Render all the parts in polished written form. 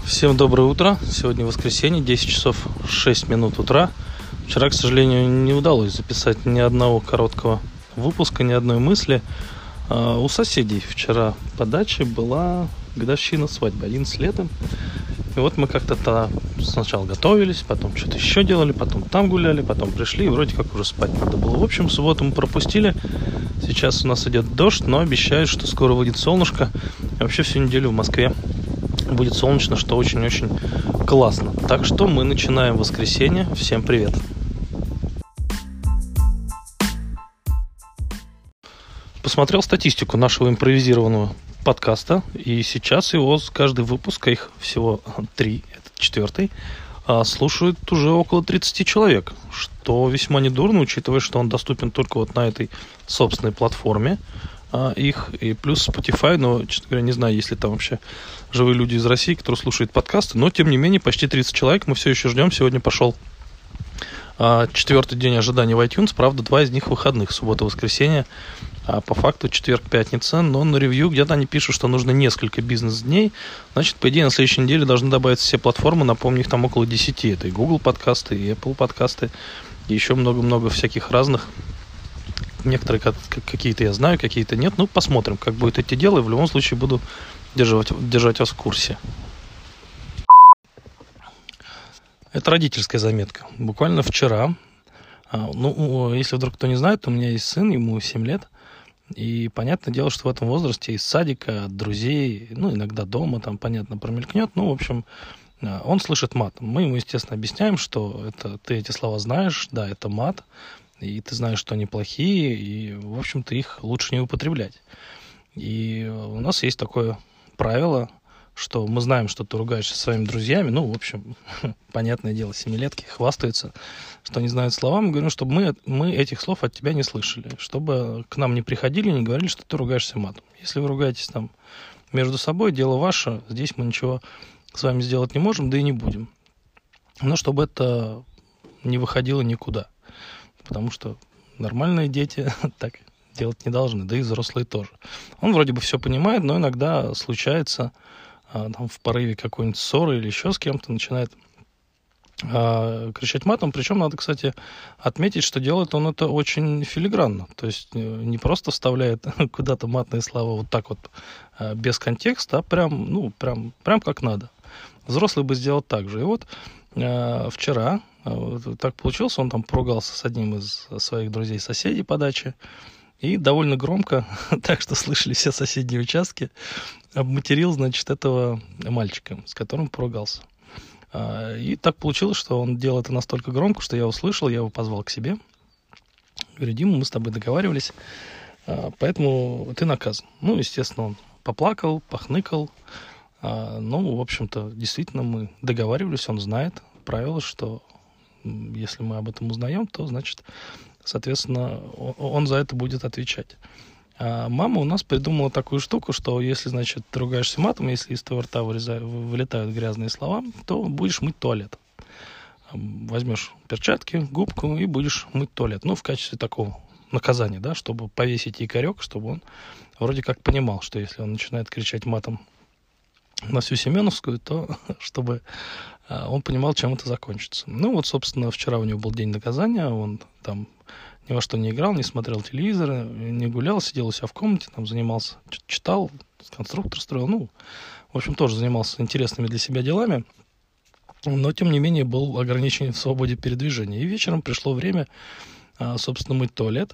Всем доброе утро. Сегодня воскресенье, 10 часов 6 минут утра. Вчера, к сожалению, не удалось записать ни одного короткого выпуска, ни одной мысли. У соседей вчера по даче была годовщина свадьбы, 11 лет. И вот мы как-то сначала готовились, потом что-то еще делали, потом там гуляли, потом пришли, и вроде как уже спать надо было. В общем, субботу мы пропустили. Сейчас у нас идет дождь, но обещают, что скоро выйдет солнышко. И вообще всю неделю в Москве будет солнечно, что очень-очень классно. Так что мы начинаем воскресенье. Всем привет! Посмотрел статистику нашего импровизированного подкаста, и сейчас его, каждый выпуск, их всего 3, это 4-й, слушают уже около 30 человек, что весьма недурно, учитывая, что он доступен только вот на этой собственной платформе их, и плюс Spotify, но, честно говоря, не знаю, есть ли там вообще живые люди из России, которые слушают подкасты, но, тем не менее, почти 30 человек, мы все еще ждем. Сегодня пошел 4-й день ожидания в iTunes, правда, 2 из них выходных, суббота и воскресенье, а по факту четверг, пятница, но на ревью где-то они пишут, что нужно несколько бизнес-дней, значит, по идее, на следующей неделе должны добавиться все платформы, напомню, их там около 10, это и Google подкасты, и Apple подкасты, и еще много-много всяких разных. Некоторые какие-то я знаю, какие-то нет. Ну, посмотрим, как будет идти дело. И в любом случае буду держать вас в курсе. Это родительская заметка. Буквально вчера, если вдруг кто не знает, то у меня есть сын, ему 7 лет. И понятное дело, что в этом возрасте из садика, от друзей, иногда дома, там, понятно, промелькнет. В общем, он слышит мат. Мы ему, естественно, объясняем, что ты эти слова знаешь, да, это мат. И ты знаешь, что они плохие, и, в общем-то, их лучше не употреблять. И у нас есть такое правило, что мы знаем, что ты ругаешься со своими друзьями. В общем, понятное дело, 7-летки хвастаются, что не знают слова. Мы говорим, чтобы мы этих слов от тебя не слышали, чтобы к нам не приходили, не говорили, что ты ругаешься матом. Если вы ругаетесь там между собой, дело ваше, здесь мы ничего с вами сделать не можем, да и не будем. Но чтобы это не выходило никуда. Потому что нормальные дети так делать не должны, да и взрослые тоже. Он вроде бы все понимает, но иногда случается там, в порыве какой-нибудь ссоры или еще с кем-то начинает кричать матом. Причем надо, кстати, отметить, что делает он это очень филигранно. То есть не просто вставляет куда-то матные слова вот так вот без контекста, а прям как надо. Взрослый бы сделал так же. И вот вчера так получилось, он там поругался с одним из своих друзей-соседей по даче, и довольно громко, так что слышали все соседние участки, обматерил, значит, этого мальчика, с которым поругался. И так получилось, что он делал это настолько громко, что я услышал, я его позвал к себе. Говорю: Дима, мы с тобой договаривались, поэтому ты наказан. Естественно, он поплакал, похныкал. В общем-то, действительно, мы договаривались, он знает правила, что если мы об этом узнаем, то, значит, соответственно, он за это будет отвечать. А мама у нас придумала такую штуку, что если, значит, ты ругаешься матом, если из твоего рта вылетают грязные слова, то будешь мыть туалет. Возьмешь перчатки, губку и будешь мыть туалет. В качестве такого наказания, да, чтобы повесить якорек, чтобы он вроде как понимал, что если он начинает кричать матом на всю Семеновскую, то чтобы он понимал, чем это закончится. Собственно, вчера у него был день наказания, он там ни во что не играл, не смотрел телевизор, не гулял, сидел у себя в комнате, там занимался, читал, конструктор строил, в общем, тоже занимался интересными для себя делами, но, тем не менее, был ограничен в свободе передвижения. И вечером пришло время, собственно, мыть туалет.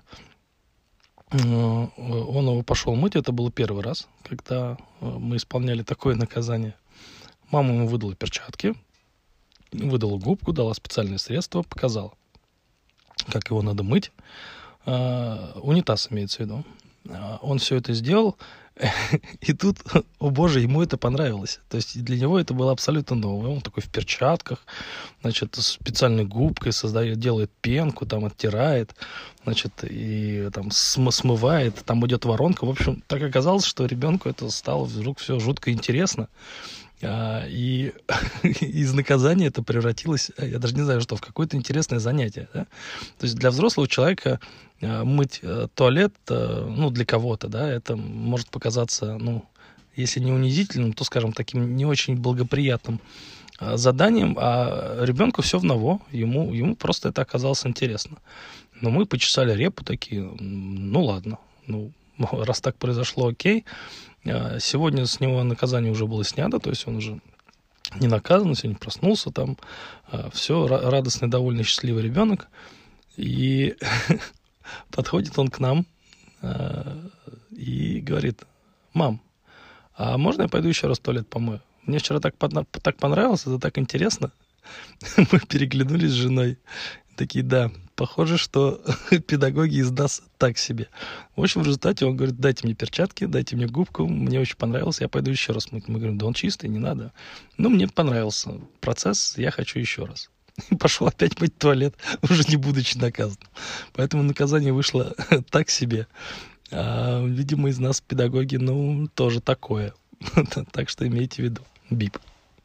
Он его пошел мыть, это был первый раз, когда мы исполняли такое наказание. Мама ему выдала перчатки, выдала губку, дала специальные средства, показала, как его надо мыть. Унитаз имеется в виду. Он все это сделал, и тут, о боже, ему это понравилось. То есть для него это было абсолютно новое. Он такой в перчатках, значит, с специальной губкой делает пенку, там оттирает, значит, и там смывает, там идет воронка. В общем, так оказалось, что ребенку это стало вдруг все жутко интересно. И из наказания это превратилось, я даже не знаю, что, в какое-то интересное занятие. Да? То есть для взрослого человека мыть туалет, для кого-то, да, это может показаться, если не унизительным, то, скажем, таким не очень благоприятным заданием, а ребенку все в ново, ему просто это оказалось интересно. Но мы почесали репу такие, ну ладно, ну раз так произошло, окей. Сегодня с него наказание уже было снято, то есть он уже не наказан, сегодня проснулся там, все, радостный, довольный, счастливый ребенок. И подходит он к нам и говорит: мам, а можно я пойду еще раз в туалет помою? Мне вчера так понравилось, это так интересно. Мы переглянулись с женой. Такие, да, похоже, что педагоги из нас так себе. В общем, в результате он говорит: дайте мне перчатки, дайте мне губку, мне очень понравилось, я пойду еще раз мыть. Мы говорим: да он чистый, не надо. Ну, мне понравился процесс, я хочу еще раз. И пошел опять мыть туалет, уже не будучи наказан. Поэтому наказание вышло так себе. Видимо, из нас педагоги, ну, тоже такое. Так что имейте в виду. Бип.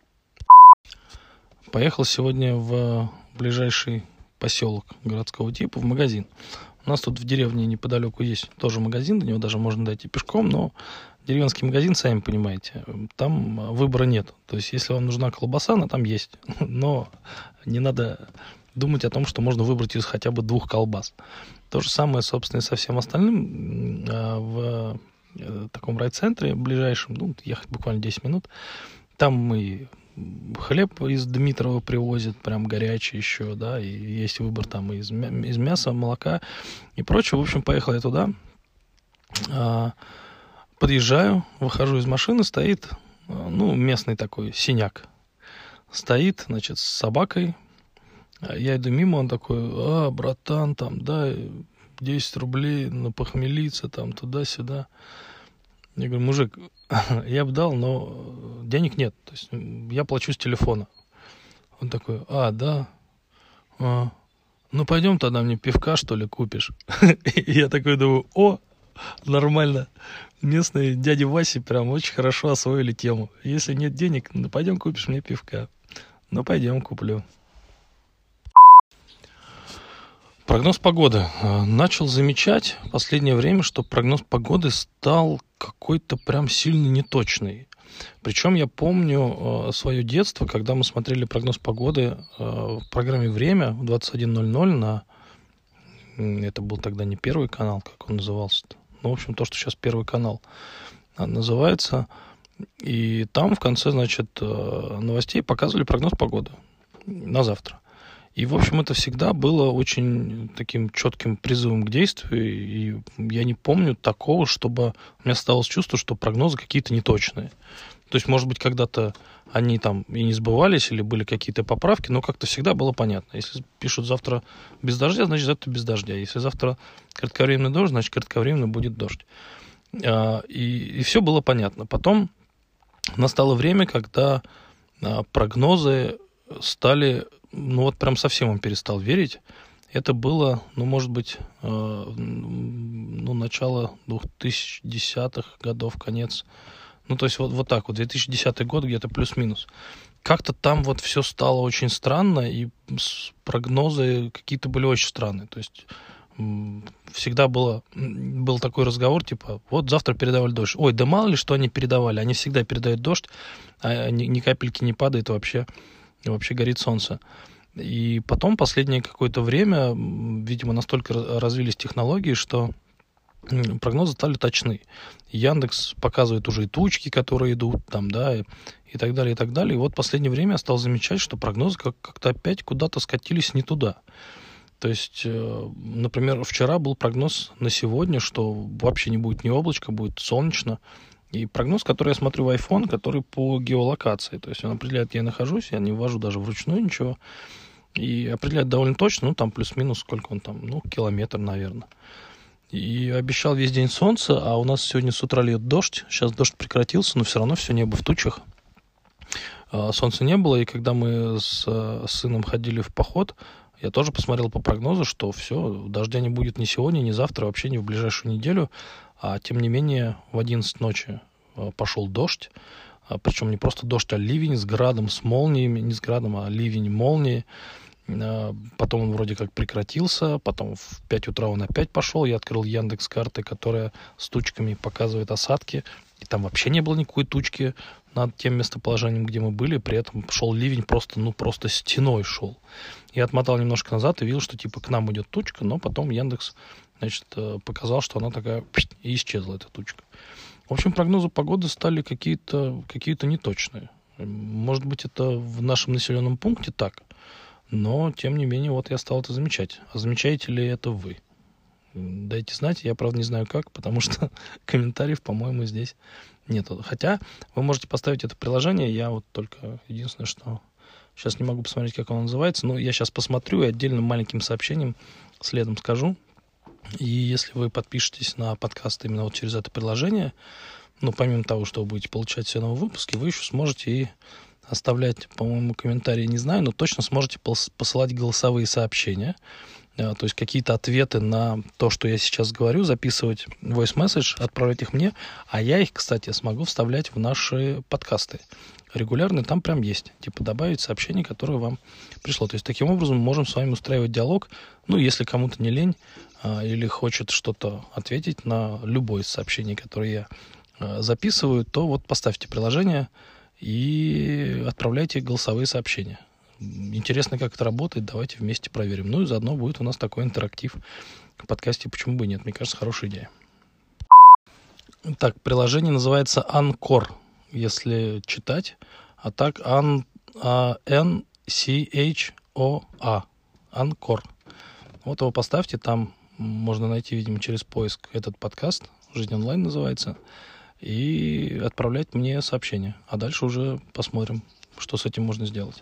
Поехал сегодня в ближайший поселок городского типа, в магазин. У нас тут в деревне неподалеку есть тоже магазин, до него даже можно дойти пешком, но деревенский магазин, сами понимаете, там выбора нет. То есть, если вам нужна колбаса, она там есть. Но не надо думать о том, что можно выбрать из хотя бы 2 колбас. То же самое, собственно, и со всем остальным. В таком райцентре ближайшем, ну, ехать буквально 10 минут, там и хлеб из Дмитрова привозят, прям горячий еще, да, и есть выбор там из мяса, молока и прочего. В общем, поехал я туда, подъезжаю, выхожу из машины, стоит, ну, местный такой синяк, стоит, значит, с собакой. Я иду мимо, он такой: братан, там, да, 10 рублей на похмелиться, там, туда-сюда. Я говорю: мужик, я бы дал, но денег нет. То есть я плачу с телефона. Он такой: да. Ну, пойдем тогда мне пивка, что ли, купишь. И я такой думаю: нормально. Местные дяди Васи прям очень хорошо освоили тему. Если нет денег, ну, пойдем купишь мне пивка. Ну, пойдем, куплю. Прогноз погоды. Начал замечать в последнее время, что прогноз погоды стал какой-то прям сильно неточный. Причем я помню свое детство, когда мы смотрели прогноз погоды в программе «Время» в 21:00 это был тогда не Первый канал, как он назывался-то. Ну, в общем, то, что сейчас Первый канал называется. И там в конце, значит, новостей показывали прогноз погоды на завтра. И, в общем, это всегда было очень таким четким призывом к действию. И я не помню такого, чтобы у меня осталось чувство, что прогнозы какие-то неточные. То есть, может быть, когда-то они там и не сбывались, или были какие-то поправки, но как-то всегда было понятно. Если пишут завтра без дождя, значит, завтра без дождя. Если завтра кратковременный дождь, значит, кратковременно будет дождь. И все было понятно. Потом настало время, когда прогнозы стали... Ну, вот прям совсем он перестал верить. Это было, ну, может быть, начало 2010-х годов, конец. Ну, то есть вот так вот, 2010 год где-то плюс-минус. Как-то там вот все стало очень странно, и прогнозы какие-то были очень странные. То есть всегда был такой разговор, типа: вот завтра передавали дождь. Ой, да мало ли, что они передавали. Они всегда передают дождь, а ни капельки не падает вообще горит солнце. И потом последнее какое-то время, видимо, настолько развились технологии, что прогнозы стали точны. Яндекс показывает уже и тучки, которые идут там, да, и так далее, и так далее. И вот в последнее время я стал замечать, что прогнозы как-то опять куда-то скатились не туда. То есть, например, вчера был прогноз на сегодня, что вообще не будет ни облачка, будет солнечно. И прогноз, который я смотрю в iPhone, который по геолокации. То есть он определяет, где я нахожусь, я не ввожу даже вручную ничего. И определяет довольно точно, ну, там плюс-минус, сколько он там, ну, километр, наверное. И обещал весь день солнце, а у нас сегодня с утра льет дождь. Сейчас дождь прекратился, но все равно все небо в тучах. Солнца не было, и когда мы с сыном ходили в поход, я тоже посмотрел по прогнозу, что все, дождя не будет ни сегодня, ни завтра, вообще ни в ближайшую неделю. А тем не менее, в 11 ночи пошел дождь. Причем не просто дождь, а ливень с градом, с молниями. Не с градом, а ливень, молнии. Потом он вроде как прекратился. Потом в 5 утра он опять пошел. Я открыл Яндекс.Карты, которая с тучками показывает осадки. и там вообще не было никакой тучки над тем местоположением, где мы были, при этом шел ливень просто стеной шел. Я отмотал немножко назад и видел, что типа к нам идет тучка, но потом Яндекс, значит, показал, что она такая, и исчезла эта тучка. В общем, прогнозы погоды стали какие-то неточные. Может быть, это в нашем населенном пункте так, но, тем не менее, вот я стал это замечать. А замечаете ли это вы? Дайте знать, я, правда, не знаю как, потому что комментариев, по-моему, здесь нету. Хотя вы можете поставить это приложение, я вот только единственное, что сейчас не могу посмотреть, как оно называется, но я сейчас посмотрю и отдельным маленьким сообщением следом скажу. И если вы подпишетесь на подкаст именно вот через это приложение, ну, помимо того, что вы будете получать все новые выпуски, вы еще сможете и оставлять, по-моему, комментарии, не знаю, но точно сможете посылать голосовые сообщения, то есть какие-то ответы на то, что я сейчас говорю, записывать voice message, отправлять их мне, а я их, кстати, смогу вставлять в наши подкасты регулярно, там прям есть, типа добавить сообщение, которое вам пришло. То есть таким образом мы можем с вами устраивать диалог, ну, если кому-то не лень или хочет что-то ответить на любое из сообщений, которые я записываю, то вот поставьте приложение и отправляйте голосовые сообщения. Интересно, как это работает, давайте вместе проверим. Ну и заодно будет у нас такой интерактив в подкасте, почему бы и нет, мне кажется, хорошая идея. Так, приложение называется Anchor, если читать, а так N-C-H-O-A, Anchor. Вот его поставьте, там можно найти, видимо, через поиск этот подкаст, «Жизнь онлайн» называется, и отправлять мне сообщение. А дальше уже посмотрим, что с этим можно сделать.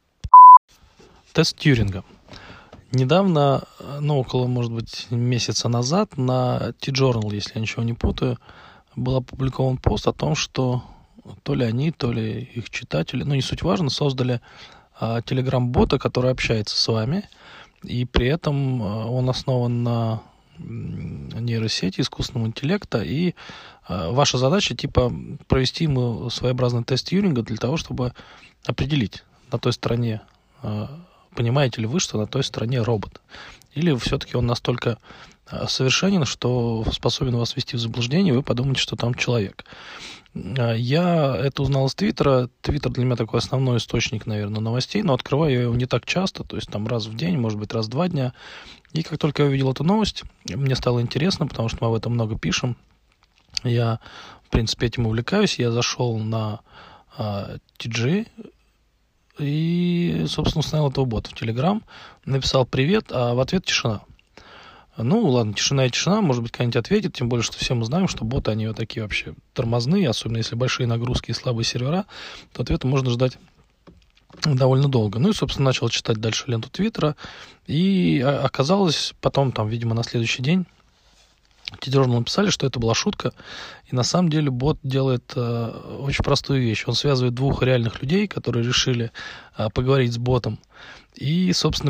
Тест Тьюринга. Недавно, около, может быть, месяца назад на T-Journal, если я ничего не путаю, был опубликован пост о том, что то ли они, то ли их читатели, не суть важно, создали телеграм-бота, который общается с вами, и при этом он основан на нейросети, искусственного интеллекта, и ваша задача, провести ему своеобразный тест Тьюринга для того, чтобы определить, на той стороне, понимаете ли вы, что на той стороне робот, или все-таки он настолько совершенен, что способен вас ввести в заблуждение, и вы подумаете, что там человек. Я это узнал из Твиттера. Твиттер для меня такой основной источник, наверное, новостей, но открываю я его не так часто, то есть там раз в день, может быть, раз в 2 дня. И как только я увидел эту новость, мне стало интересно, потому что мы об этом много пишем. Я, в принципе, этим увлекаюсь. Я зашел на TG и, собственно, установил этого бота в Telegram, написал «Привет», а в ответ тишина. Ну, ладно, тишина и тишина, может быть, кто-нибудь ответит, тем более, что все мы знаем, что боты, они вот такие вообще тормозные, особенно если большие нагрузки и слабые сервера, то ответа можно ждать довольно долго. Ну и, собственно, начал читать дальше ленту Твиттера, и оказалось потом, видимо, на следующий день, T-Journal написали, что это была шутка, и на самом деле бот делает очень простую вещь. Он связывает 2 реальных людей, которые решили поговорить с ботом, и, собственно,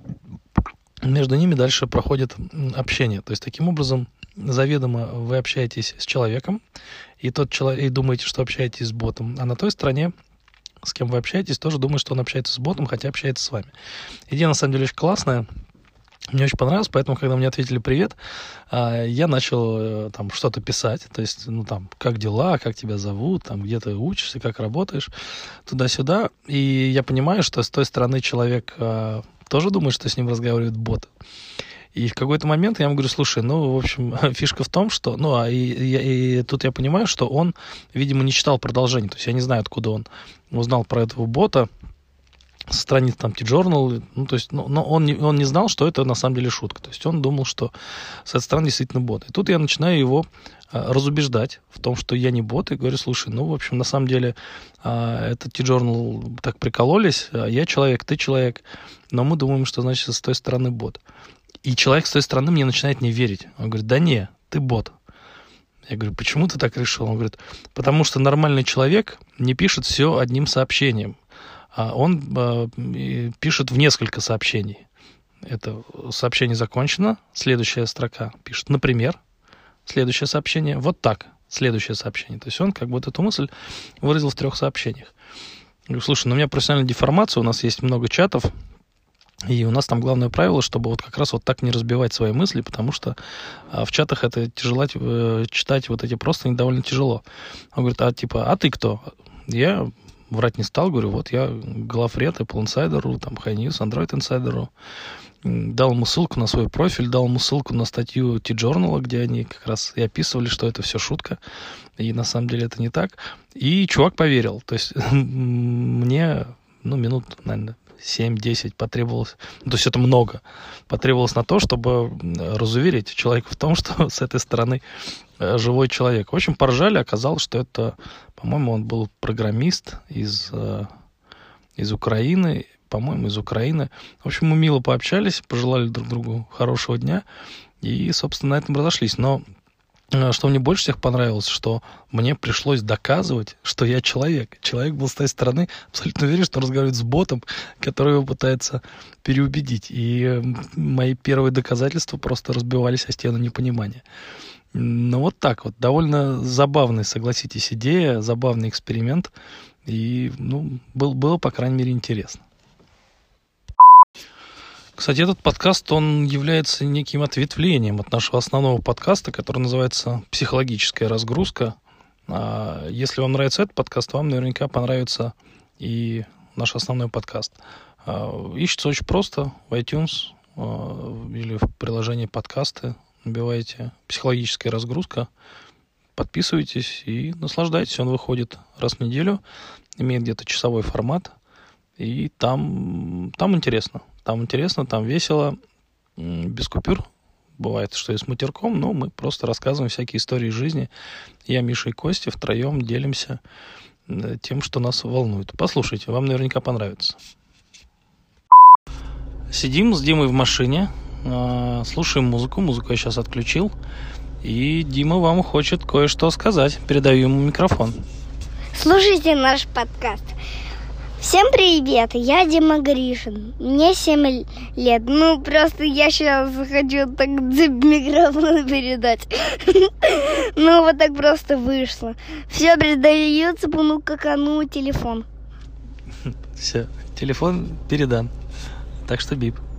между ними дальше проходит общение. То есть, таким образом, заведомо вы общаетесь с человеком, и тот человек, и думаете, что общаетесь с ботом, а на той стороне, с кем вы общаетесь, тоже думает, что он общается с ботом, хотя общается с вами. Идея, на самом деле, очень классная. Мне очень понравилось, поэтому, когда мне ответили «привет», я начал что-то писать, то есть, как дела, как тебя зовут, где ты учишься, как работаешь, туда-сюда, и я понимаю, что с той стороны человек тоже думает, что с ним разговаривает бот. И в какой-то момент я ему говорю: слушай, в общем, фишка в том, что... И тут я понимаю, что он, видимо, не читал продолжение, то есть я не знаю, откуда он узнал про этого бота, со страниц T-Journal, но он не знал, что это на самом деле шутка. То есть он думал, что с этой стороны действительно бот. И тут я начинаю его разубеждать в том, что я не бот, и говорю: слушай, в общем, на самом деле этот T-Journal так прикололись, я человек, ты человек, но мы думаем, что, значит, с той стороны бот. И человек с той стороны мне начинает не верить. Он говорит: да не, ты бот. Я говорю: почему ты так решил? Он говорит: потому что нормальный человек не пишет все одним сообщением. Он пишет в несколько сообщений. Это сообщение закончено, следующая строка пишет «например», следующее сообщение «вот так», следующее сообщение. То есть он эту мысль выразил в 3 сообщениях. Я говорю: слушай, у меня профессиональная деформация, у нас есть много чатов, И у нас там главное правило, чтобы вот как раз вот так не разбивать свои мысли, потому что в чатах это тяжело читать вот эти простыни довольно типа, а ты кто? Я врать не стал, говорю, вот я главред Apple Insider, там High News, Android Insider. Дал ему ссылку на свой профиль, дал ему ссылку на статью T-Journal, где они как раз и описывали, что это все шутка, и на самом деле это не так. И чувак поверил. То есть мне, минут, наверное, 7-10 потребовалось, то есть это много, потребовалось на то, чтобы разуверить человека в том, что с этой стороны живой человек. В общем, поржали, оказалось, что это, по-моему, он был программист из Украины, В общем, мы мило пообщались, пожелали друг другу хорошего дня и, собственно, на этом разошлись. Но что мне больше всех понравилось, что мне пришлось доказывать, что я человек. Человек был с той стороны абсолютно уверен, что он разговаривает с ботом, который его пытается переубедить. И мои первые доказательства просто разбивались о стену непонимания. Ну, вот так вот. Довольно забавная, согласитесь, идея, забавный эксперимент. И, было, по крайней мере, интересно. Кстати, этот подкаст, он является неким ответвлением от нашего основного подкаста, который называется «Психологическая разгрузка». Если вам нравится этот подкаст, вам наверняка понравится и наш основной подкаст. Ищется очень просто в iTunes или в приложении подкасты. Набиваете «Психологическая разгрузка», подписывайтесь и наслаждайтесь. Он выходит раз в неделю, имеет где-то часовой формат, и там интересно. Там весело, без купюр. Бывает, что и с матерком, но мы просто рассказываем всякие истории жизни. Я, Миша и Костя втроем делимся тем, что нас волнует. Послушайте, вам наверняка понравится. Сидим с Димой в машине, слушаем музыку. Музыку я сейчас отключил. И Дима вам хочет кое-что сказать. Передаю ему микрофон. Слушайте наш подкаст. Всем привет, я Дима Гришин, мне 7 лет, просто я сейчас хочу так микрофон передать, вот так просто вышло. Все передается, телефон. Все, телефон передан, так что бип.